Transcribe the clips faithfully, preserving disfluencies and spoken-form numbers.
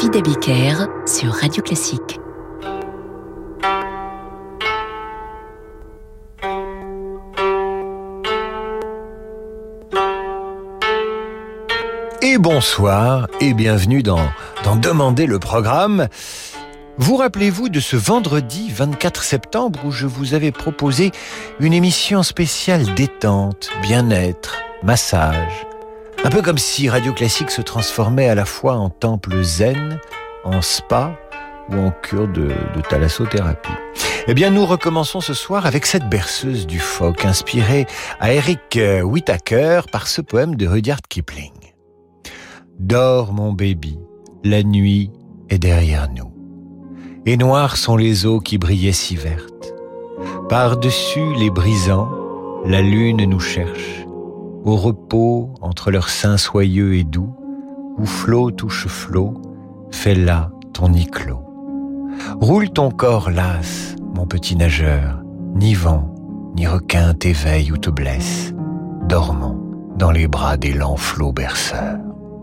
David Abiker sur Radio Classique. Et bonsoir et bienvenue dans, dans Demander le programme. Vous rappelez-vous de ce vendredi vingt-quatre septembre où je vous avais proposé une émission spéciale détente, bien-être, massage. Un peu comme si Radio Classique se transformait à la fois en temple zen, en spa ou en cure de, de thalassothérapie. Eh bien, nous recommençons ce soir avec cette berceuse du phoque, inspirée à Eric Whitacre par ce poème de Rudyard Kipling. Dors mon baby, la nuit est derrière nous. Et noirs sont les eaux qui brillaient si vertes. Par-dessus les brisants, la lune nous cherche. Au repos, entre leurs seins soyeux et doux, où flot touche flot, fais là ton nid clos. Roule ton corps las, mon petit nageur, ni vent, ni requin t'éveille ou te blesse, dormant dans les bras des lents flots berceurs.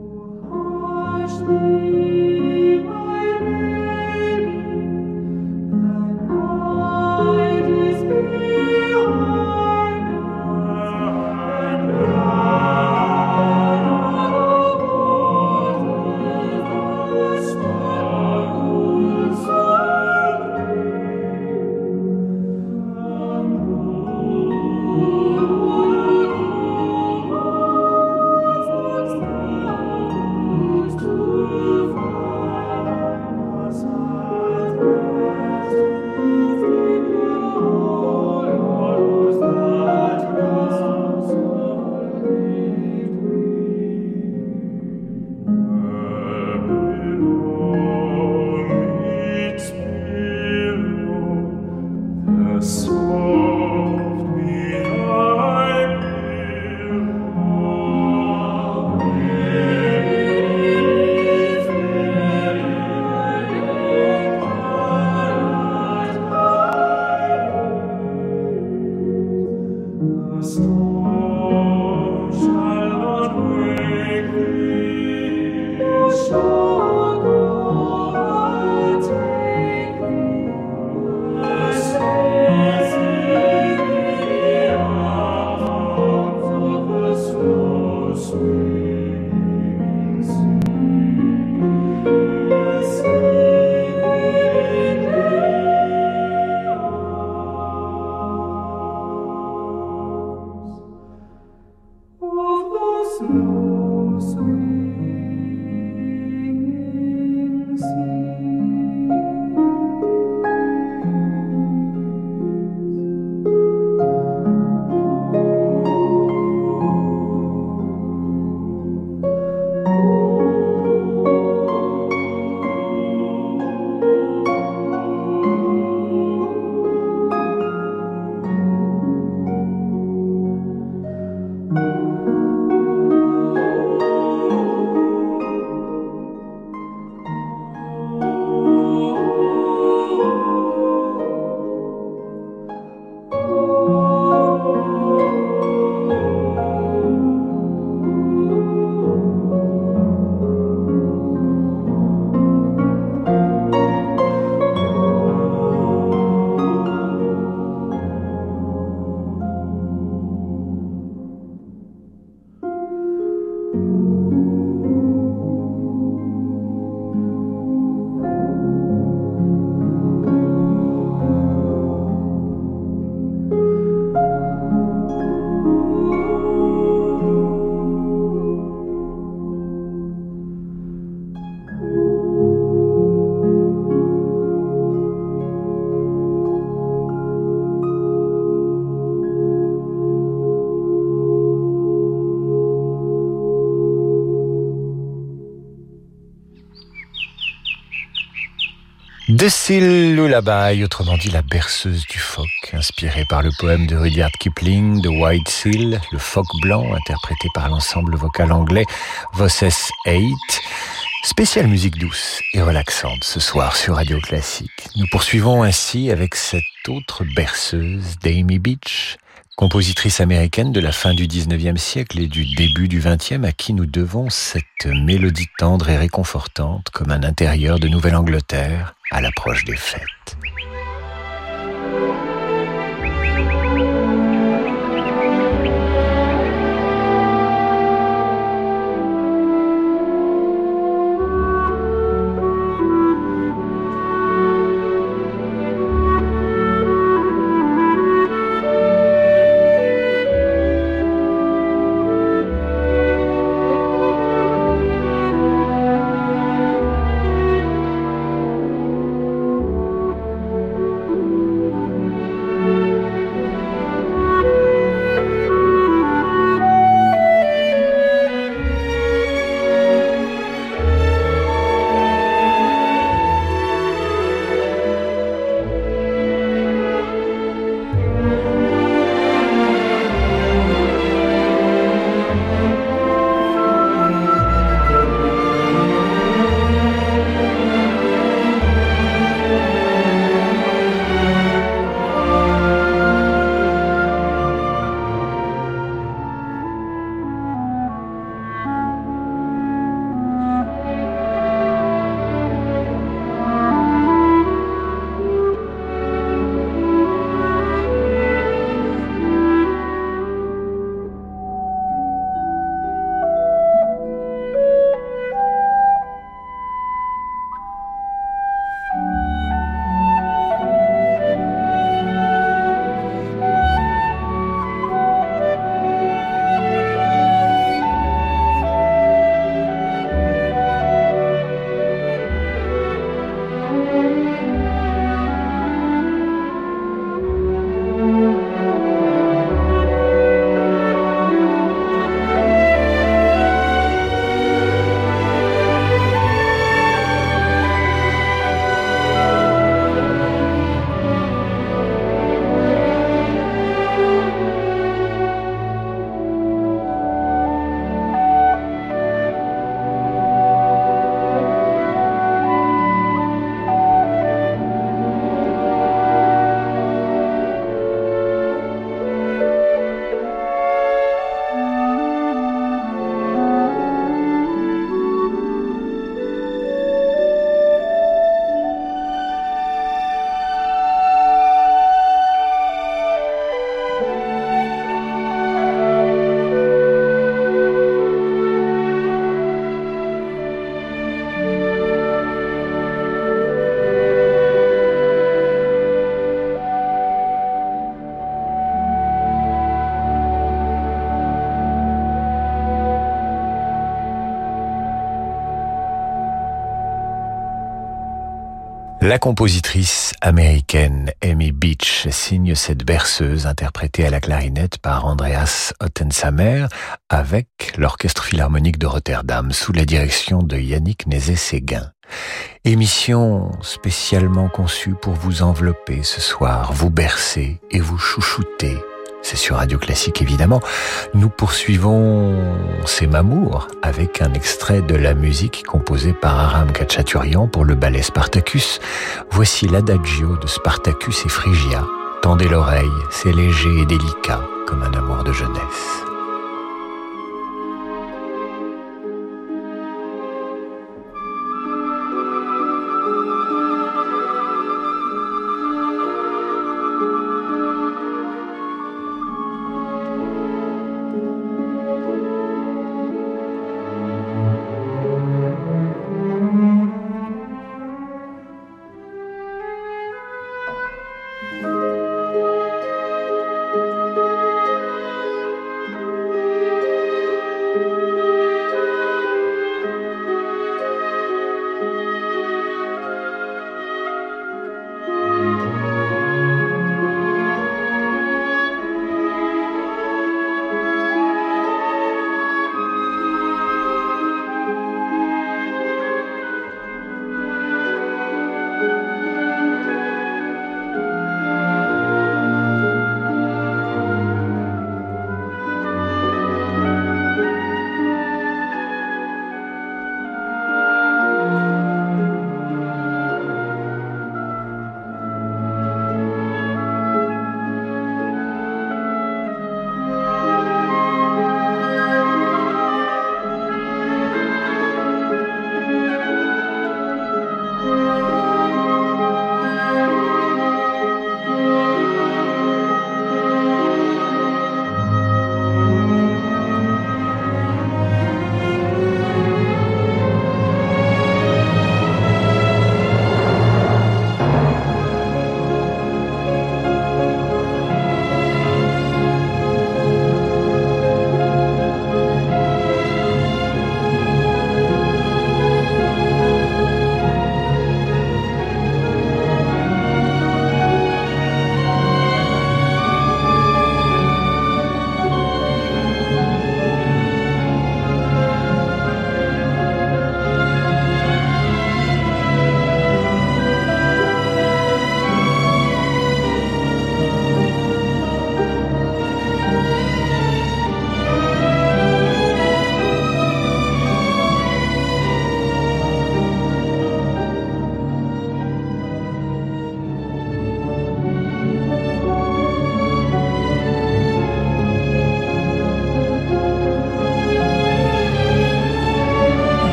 The Seal Lullaby, autrement dit la berceuse du phoque, inspirée par le poème de Rudyard Kipling, The White Seal, le phoque blanc, interprété par l'ensemble vocal anglais Voices eight. Spéciale musique douce et relaxante ce soir sur Radio Classique. Nous poursuivons ainsi avec cette autre berceuse d'Amy Beach, Compositrice américaine de la fin du dix-neuvième siècle et du début du vingtième, à qui nous devons cette mélodie tendre et réconfortante comme un intérieur de Nouvelle-Angleterre à l'approche des fêtes. La compositrice américaine Amy Beach signe cette berceuse interprétée à la clarinette par Andreas Ottensamer avec l'Orchestre Philharmonique de Rotterdam sous la direction de Yannick Nézet-Séguin. Émission spécialement conçue pour vous envelopper ce soir, vous bercer et vous chouchouter. C'est sur Radio Classique évidemment. Nous poursuivons ces Mamours avec un extrait de la musique composée par Aram Khachaturian pour le ballet Spartacus. Voici l'adagio de Spartacus et Phrygia. Tendez l'oreille, c'est léger et délicat comme un amour de jeunesse.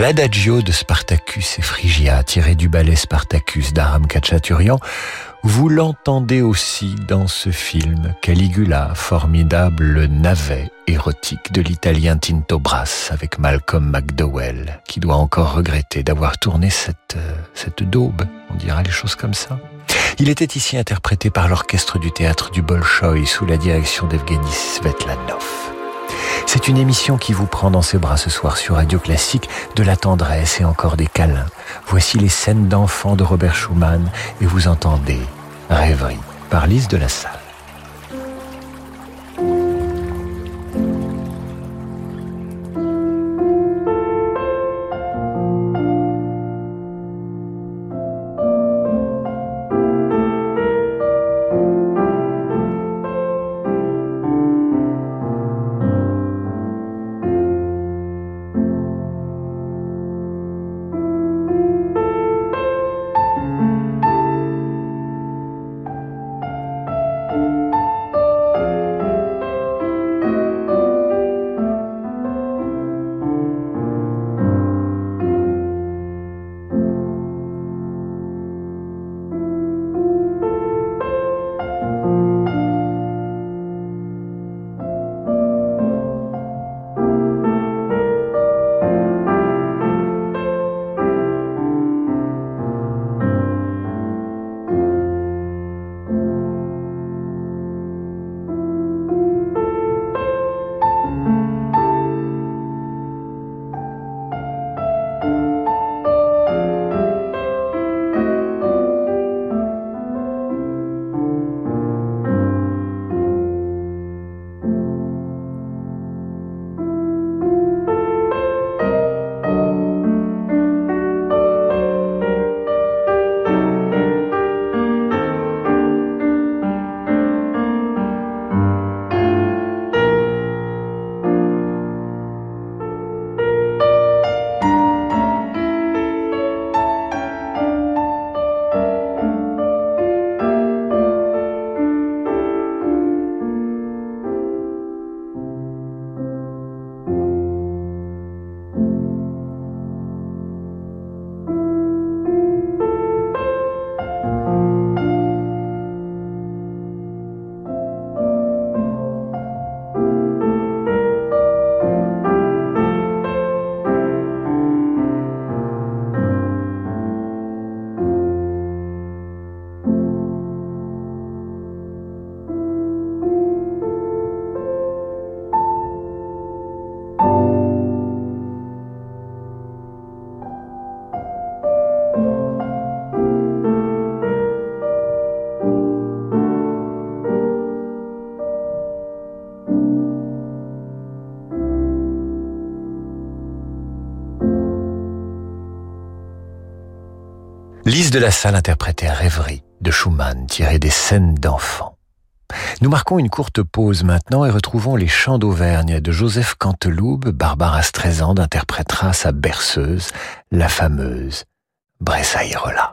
l'adagio de Spartacus et Phrygia, tiré du ballet Spartacus d'Aram Khachaturian. Vous l'entendez aussi dans ce film Caligula, formidable navet érotique de l'italien Tinto Brass avec Malcolm McDowell, qui doit encore regretter d'avoir tourné cette, euh, cette daube, on dira les choses comme ça. Il était ici interprété par l'orchestre du théâtre du Bolchoï sous la direction d'Evgeny Svetlanov. C'est une émission qui vous prend dans ses bras ce soir sur Radio Classique, de la tendresse et encore des câlins. Voici les scènes d'enfants de Robert Schumann et vous entendez Rêverie par Lise de la Salle. Lise de la Salle interprétait Rêverie de Schumann, tiré des scènes d'enfants. Nous marquons une courte pause maintenant et retrouvons les chants d'Auvergne de Joseph Canteloube. Barbara Streisand interprétera sa berceuse, la fameuse Bressaïrola.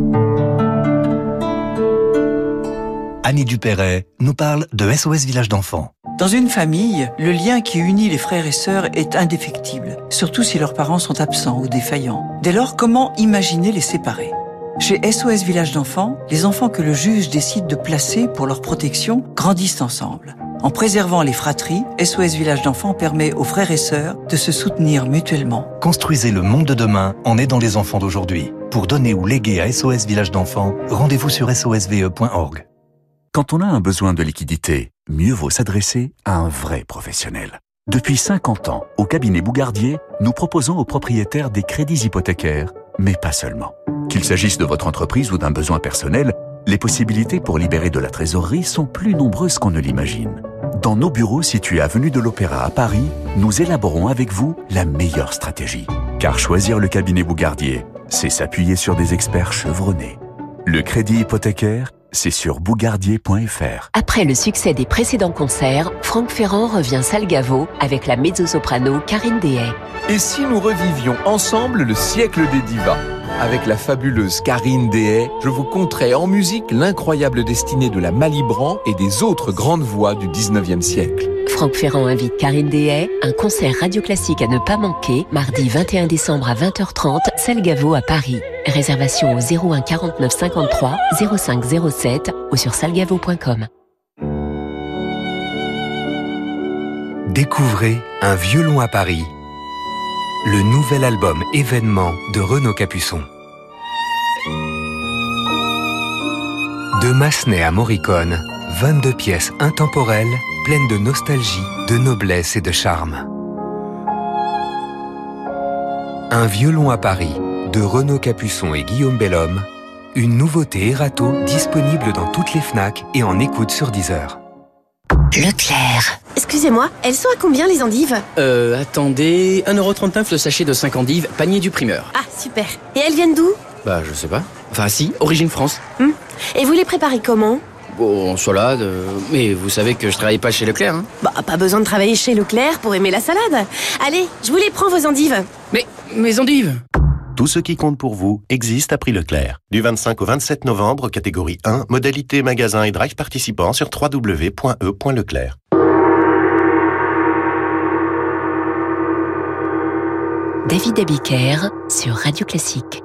Annie Dupéret nous parle de S O S Village d'enfants. Dans une famille, le lien qui unit les frères et sœurs est indéfectible, surtout si leurs parents sont absents ou défaillants. Dès lors, comment imaginer les séparer ? Chez S O S Village d'enfants, les enfants que le juge décide de placer pour leur protection grandissent ensemble. En préservant les fratries, S O S Village d'enfants permet aux frères et sœurs de se soutenir mutuellement. Construisez le monde de demain en aidant les enfants d'aujourd'hui. Pour donner ou léguer à S O S Village d'enfants, rendez-vous sur S O S V E point org. Quand on a un besoin de liquidité, mieux vaut s'adresser à un vrai professionnel. Depuis cinquante ans, au cabinet Bougardier, nous proposons aux propriétaires des crédits hypothécaires, mais pas seulement. Qu'il s'agisse de votre entreprise ou d'un besoin personnel, les possibilités pour libérer de la trésorerie sont plus nombreuses qu'on ne l'imagine. Dans nos bureaux situés avenue de l'Opéra à Paris, nous élaborons avec vous la meilleure stratégie. Car choisir le cabinet Bougardier, c'est s'appuyer sur des experts chevronnés. Le crédit hypothécaire, c'est sur bougardier point f r. Après le succès des précédents concerts, Franck Ferrand revient Salgavo avec la mezzo-soprano Karine Dehaye. Et si nous revivions ensemble le siècle des divas ? Avec la fabuleuse Karine Dehaye, je vous conterai en musique l'incroyable destinée de la Malibran et des autres grandes voix du dix-neuvième siècle. Franck Ferrand invite Karine Dehaye, un concert radio classique à ne pas manquer, mardi vingt et un décembre à vingt heures trente, salle Gaveau à Paris. Réservation au zéro un quarante-neuf cinquante-trois zéro cinq zéro sept ou sur salgavo point com. Découvrez Un violon à Paris, le nouvel album événement de Renaud Capuçon. De Massenet à Morricone, vingt-deux pièces intemporelles, pleines de nostalgie, de noblesse et de charme. Un violon à Paris, de Renaud Capuçon et Guillaume Bellhomme, une nouveauté Erato disponible dans toutes les Fnac et en écoute sur Deezer. Leclerc. Excusez-moi, elles sont à combien les endives? Euh, attendez, un euro trente-neuf le sachet de cinq endives, panier du primeur. Ah, super. Et elles viennent d'où? Bah, je sais pas. Enfin, si, origine France. Hum. Et vous les préparez comment? Bon, en salade, euh, mais vous savez que je travaille pas chez Leclerc, hein. Bah, pas besoin de travailler chez Leclerc pour aimer la salade. Allez, je vous les prends vos endives. Mais, mes endives! Tout ce qui compte pour vous existe à prix Leclerc. Du vingt-cinq au vingt-sept novembre, catégorie un, modalité magasin et drive participants sur w w w point e point leclerc. David Abiker sur Radio Classique.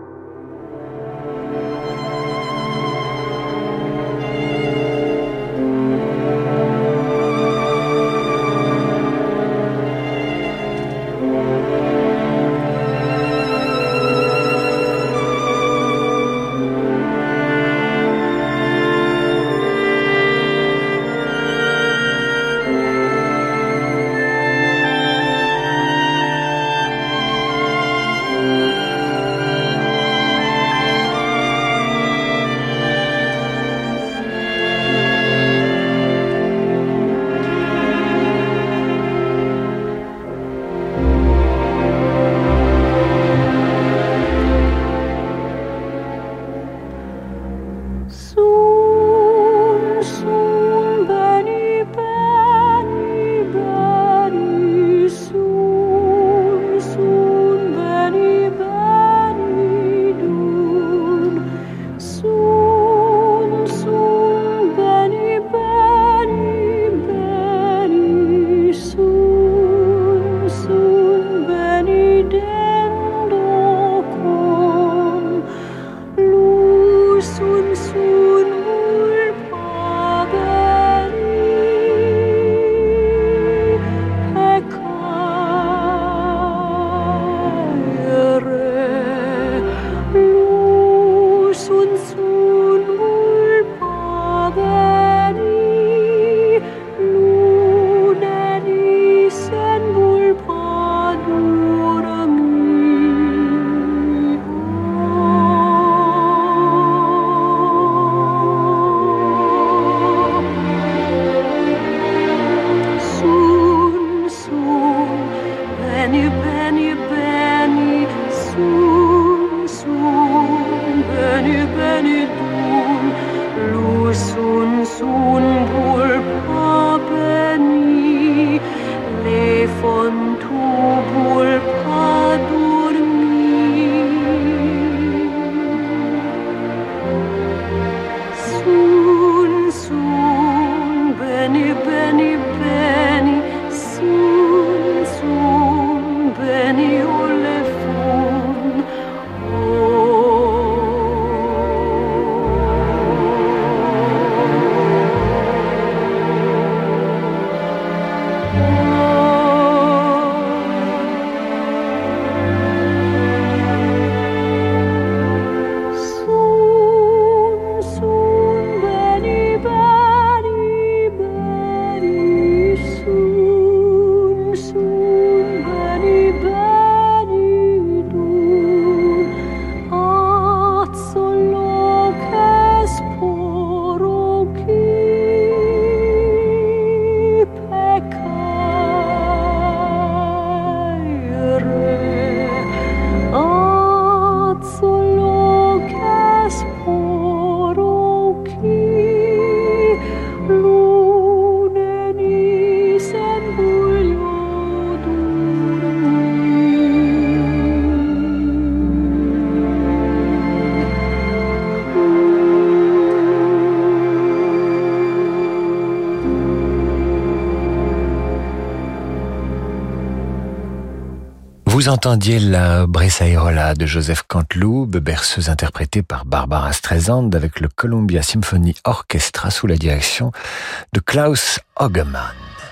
Vous entendiez la Bressaïrola de Joseph Canteloube, berceuse interprétée par Barbara Streisand avec le Columbia Symphony Orchestra sous la direction de Klaus Hogemann.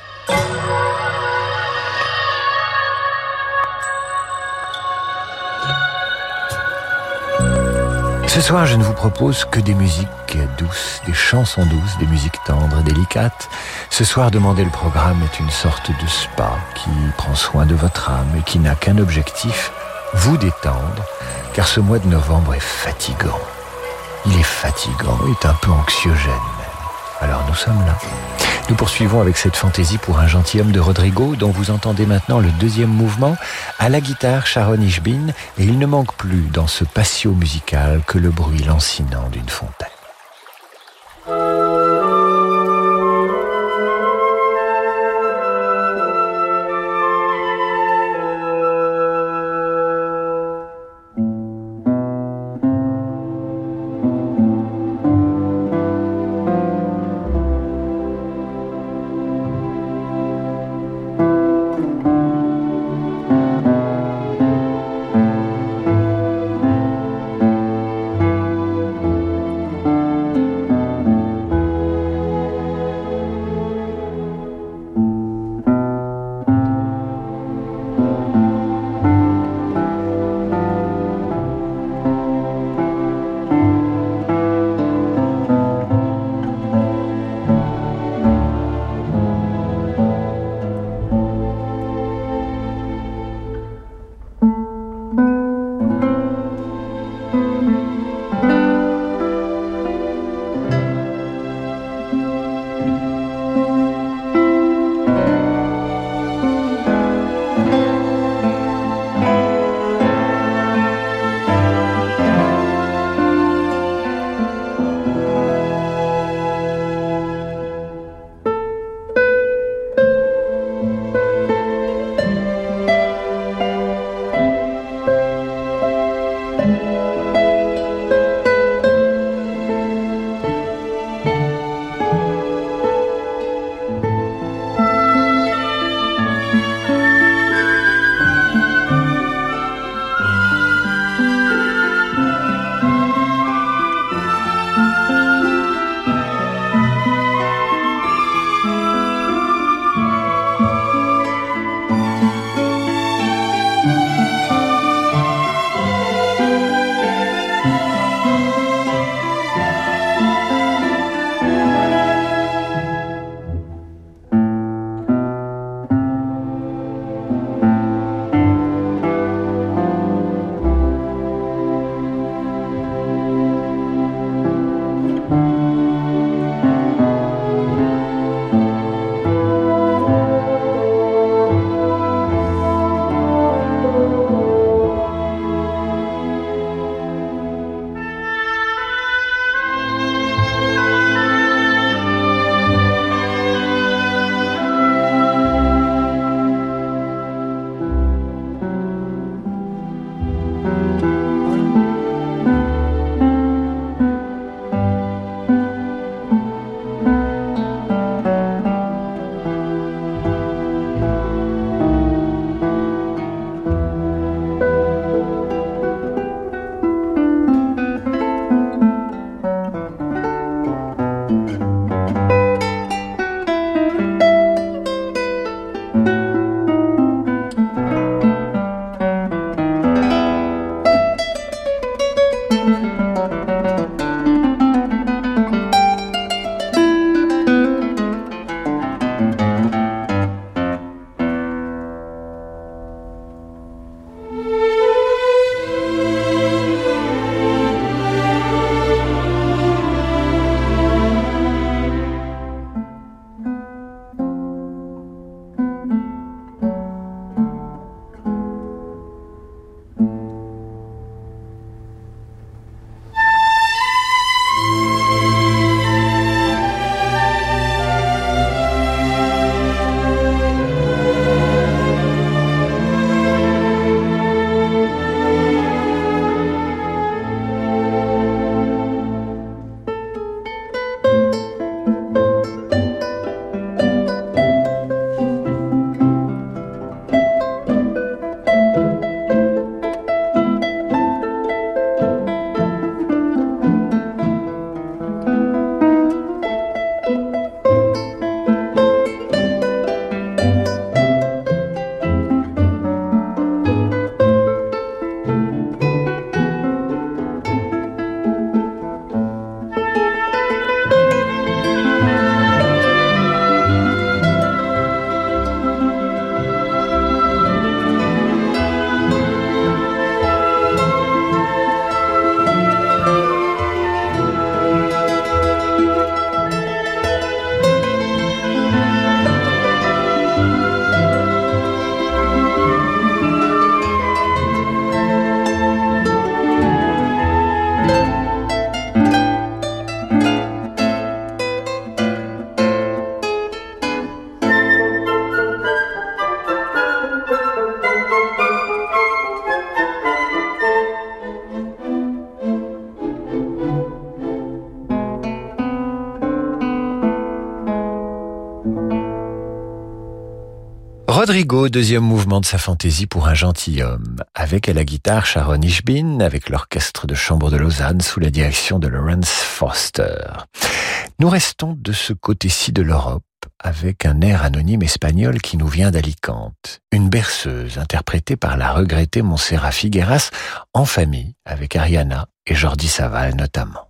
Ce soir, je ne vous propose que des musiques douces, des chansons douces, des musiques tendres et délicates. Ce soir, Demandez le programme est une sorte de spa qui prend soin de votre âme et qui n'a qu'un objectif, vous détendre, car ce mois de novembre est fatigant. Il est fatigant, est un peu anxiogène même. Alors nous sommes là. Nous poursuivons avec cette fantaisie pour un gentilhomme de Rodrigo, dont vous entendez maintenant le deuxième mouvement, à la guitare Sharon Ishbin, et il ne manque plus dans ce patio musical que le bruit lancinant d'une fontaine. Rodrigo, deuxième mouvement de sa fantaisie pour un gentilhomme, avec à la guitare Sharon Ishbin, avec l'orchestre de chambre de Lausanne sous la direction de Lawrence Foster. Nous restons de ce côté-ci de l'Europe, avec un air anonyme espagnol qui nous vient d'Alicante. Une berceuse interprétée par la regrettée Montserrat Figueras en famille avec Ariana et Jordi Savall notamment.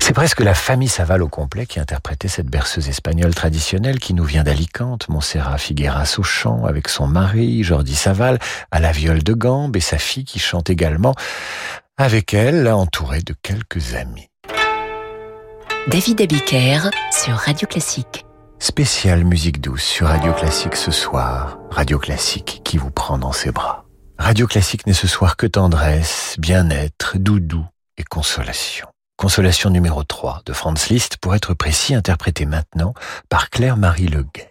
C'est presque la famille Saval au complet qui interprétait cette berceuse espagnole traditionnelle qui nous vient d'Alicante, Montserrat Figueras au chant avec son mari, Jordi Saval, à la viole de gambe et sa fille qui chante également avec elle, entourée de quelques amis. David Abiker sur Radio Classique. Spéciale musique douce sur Radio Classique ce soir. Radio Classique qui vous prend dans ses bras. Radio Classique n'est ce soir que tendresse, bien-être, doudou et consolation. Consolation numéro trois de Franz Liszt, pour être précis, interprétée maintenant par Claire-Marie Leguet.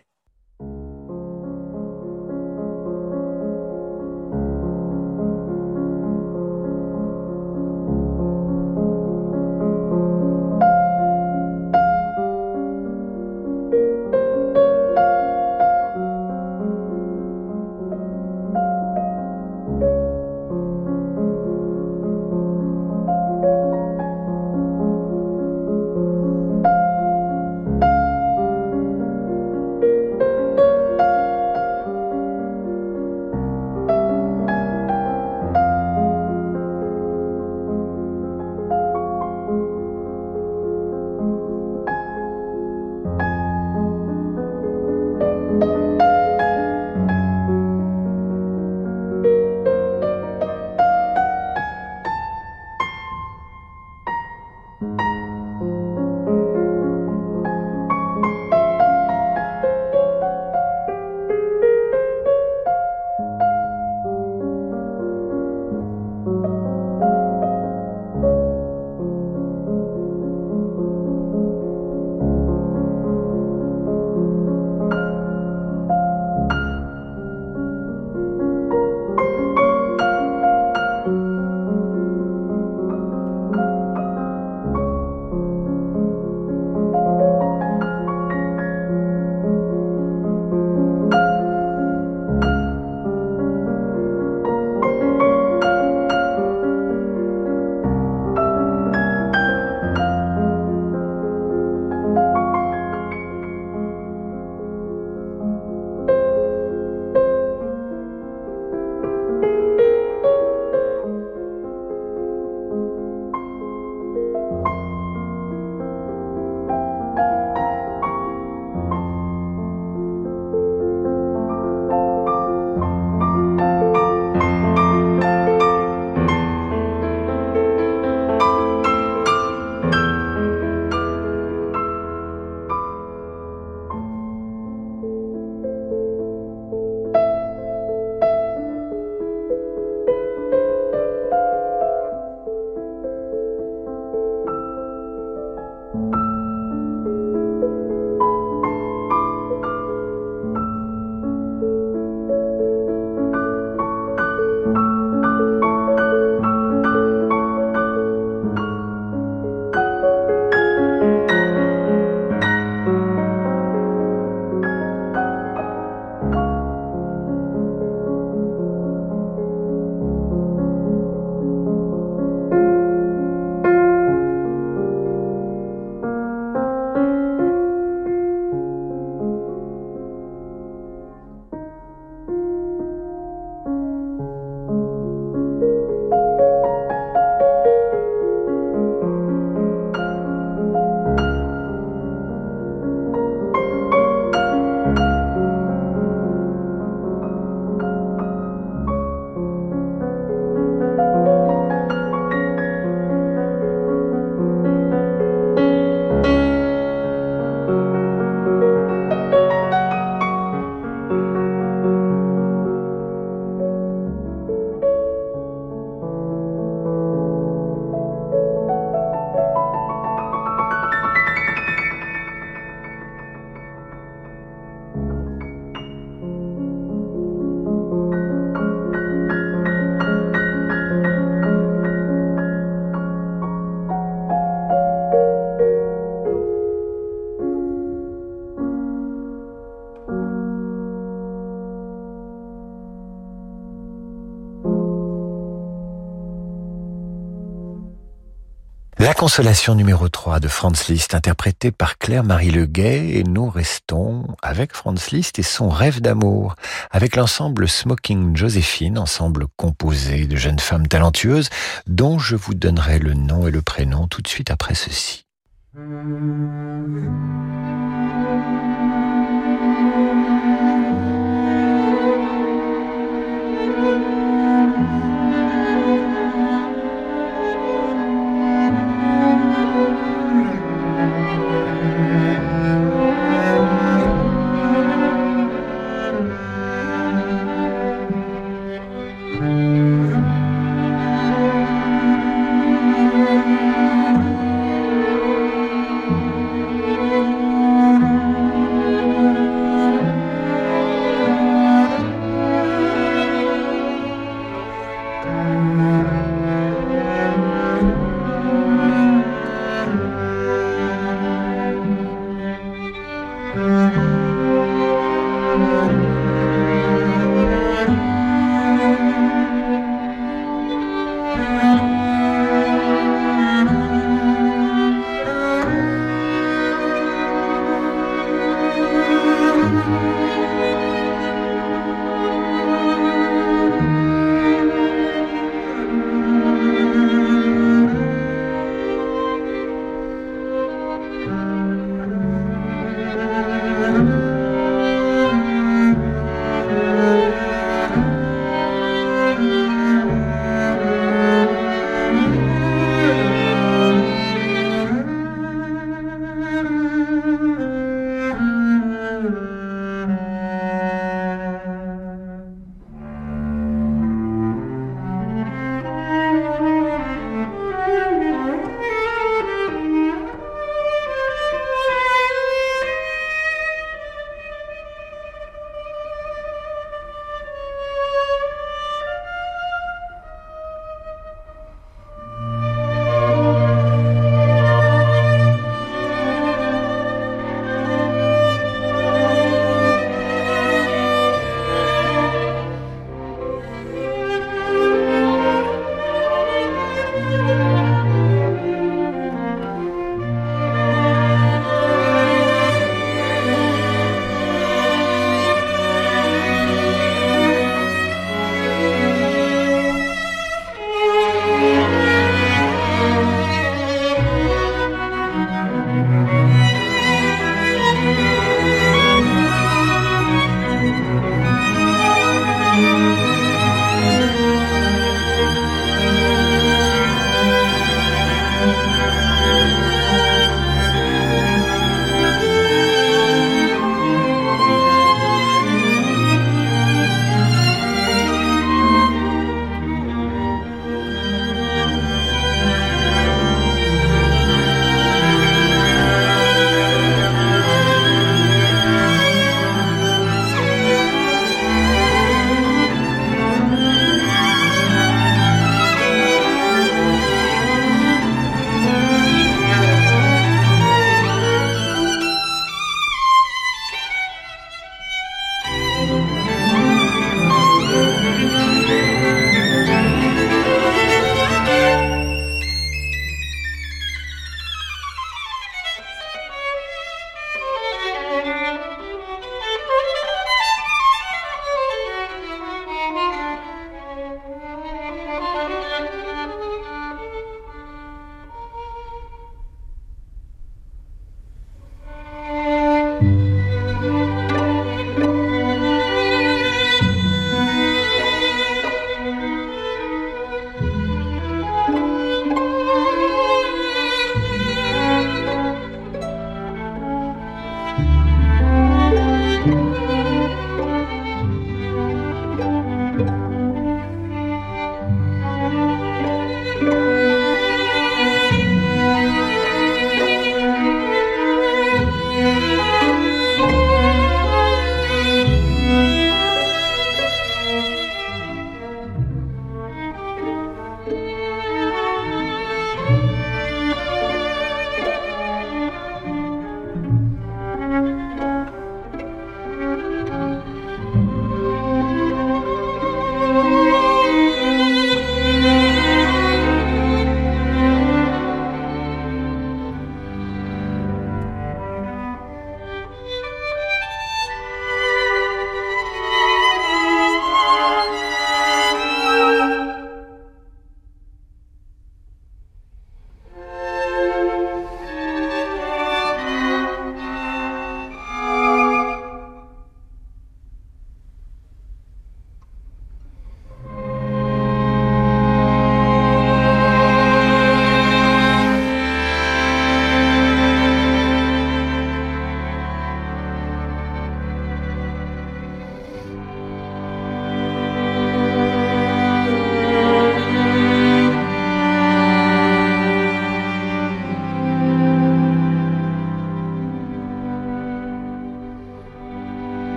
La consolation numéro trois de Franz Liszt, interprétée par Claire-Marie Leguet, et nous restons avec Franz Liszt et son rêve d'amour, avec l'ensemble Smoking Joséphine, ensemble composé de jeunes femmes talentueuses, dont je vous donnerai le nom et le prénom tout de suite après ceci.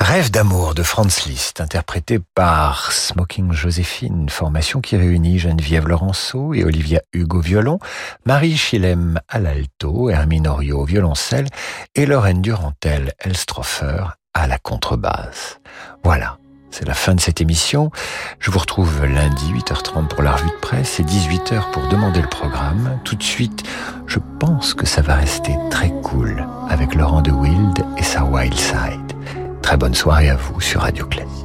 Rêve d'amour de Franz Liszt, interprété par Smoking Joséphine, formation qui réunit Geneviève Laurenceau et Olivia Hugo au violon, Marie Chilem à l'alto, Hermine Oriot au violoncelle et Lorraine Durantel-Elstroffer à la contrebasse. Voilà, c'est la fin de cette émission. Je vous retrouve lundi huit heures trente pour la revue de presse et dix-huit heures pour demander le programme. Tout de suite, je pense que ça va rester très cool avec Laurent de Wild et sa Wild Side. Très bonne soirée à vous sur Radio Classique.